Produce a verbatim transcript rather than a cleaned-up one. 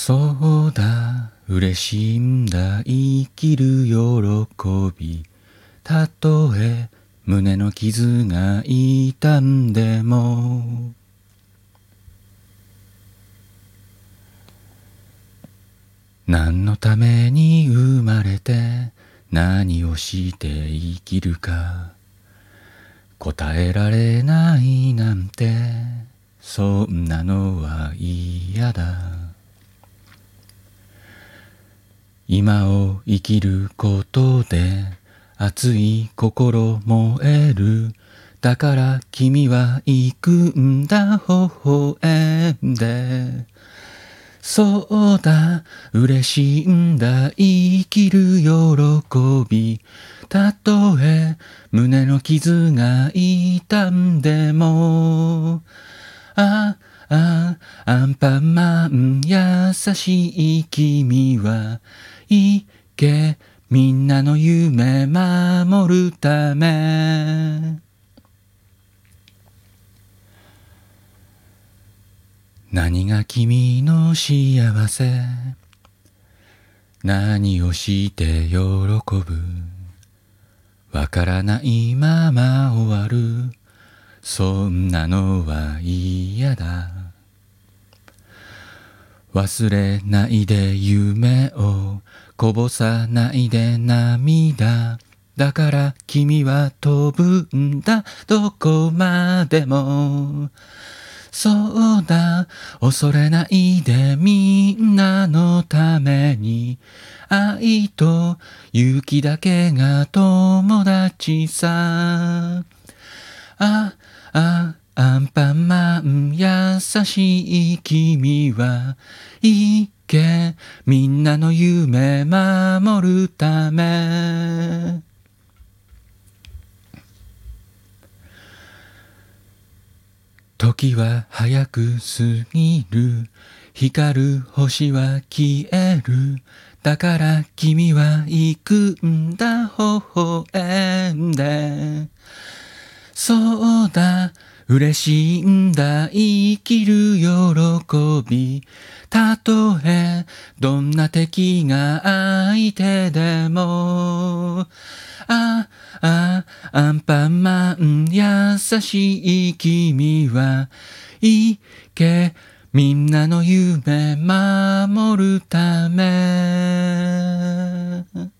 そうだ、嬉しいんだ、生きる喜び。たとえ胸の傷が痛んでも。何のために生まれて何をして生きるか答えられないなんて、そんなのは嫌だ。今を生きることで熱い心燃える。だから君は行くんだ、微笑んで。そうだ、嬉しいんだ、生きる喜び。たとえ胸の傷が痛んでも。ああ、アンパンマン優しい君はいけ、みんなの夢守るため。何が君の幸せ、何をして喜ぶ、わからないまま終わる。そんなのは嫌だ。忘れないで夢を、こぼさないで涙。だから君は飛ぶんだ、どこまでも。そうだ、恐れないで、みんなのために。愛と勇気だけが友達さ。あ、あ、アンパンマン優しい君はいけ、みんなの夢守るため。時は早く過ぎる。光る星は消える。だから君は行くんだ、微笑んで。そうだ、嬉しいんだ、生きる喜び。たとえどんな敵が相手でも。ああ、アンパンマン優しい君はいけ、みんなの夢守るため。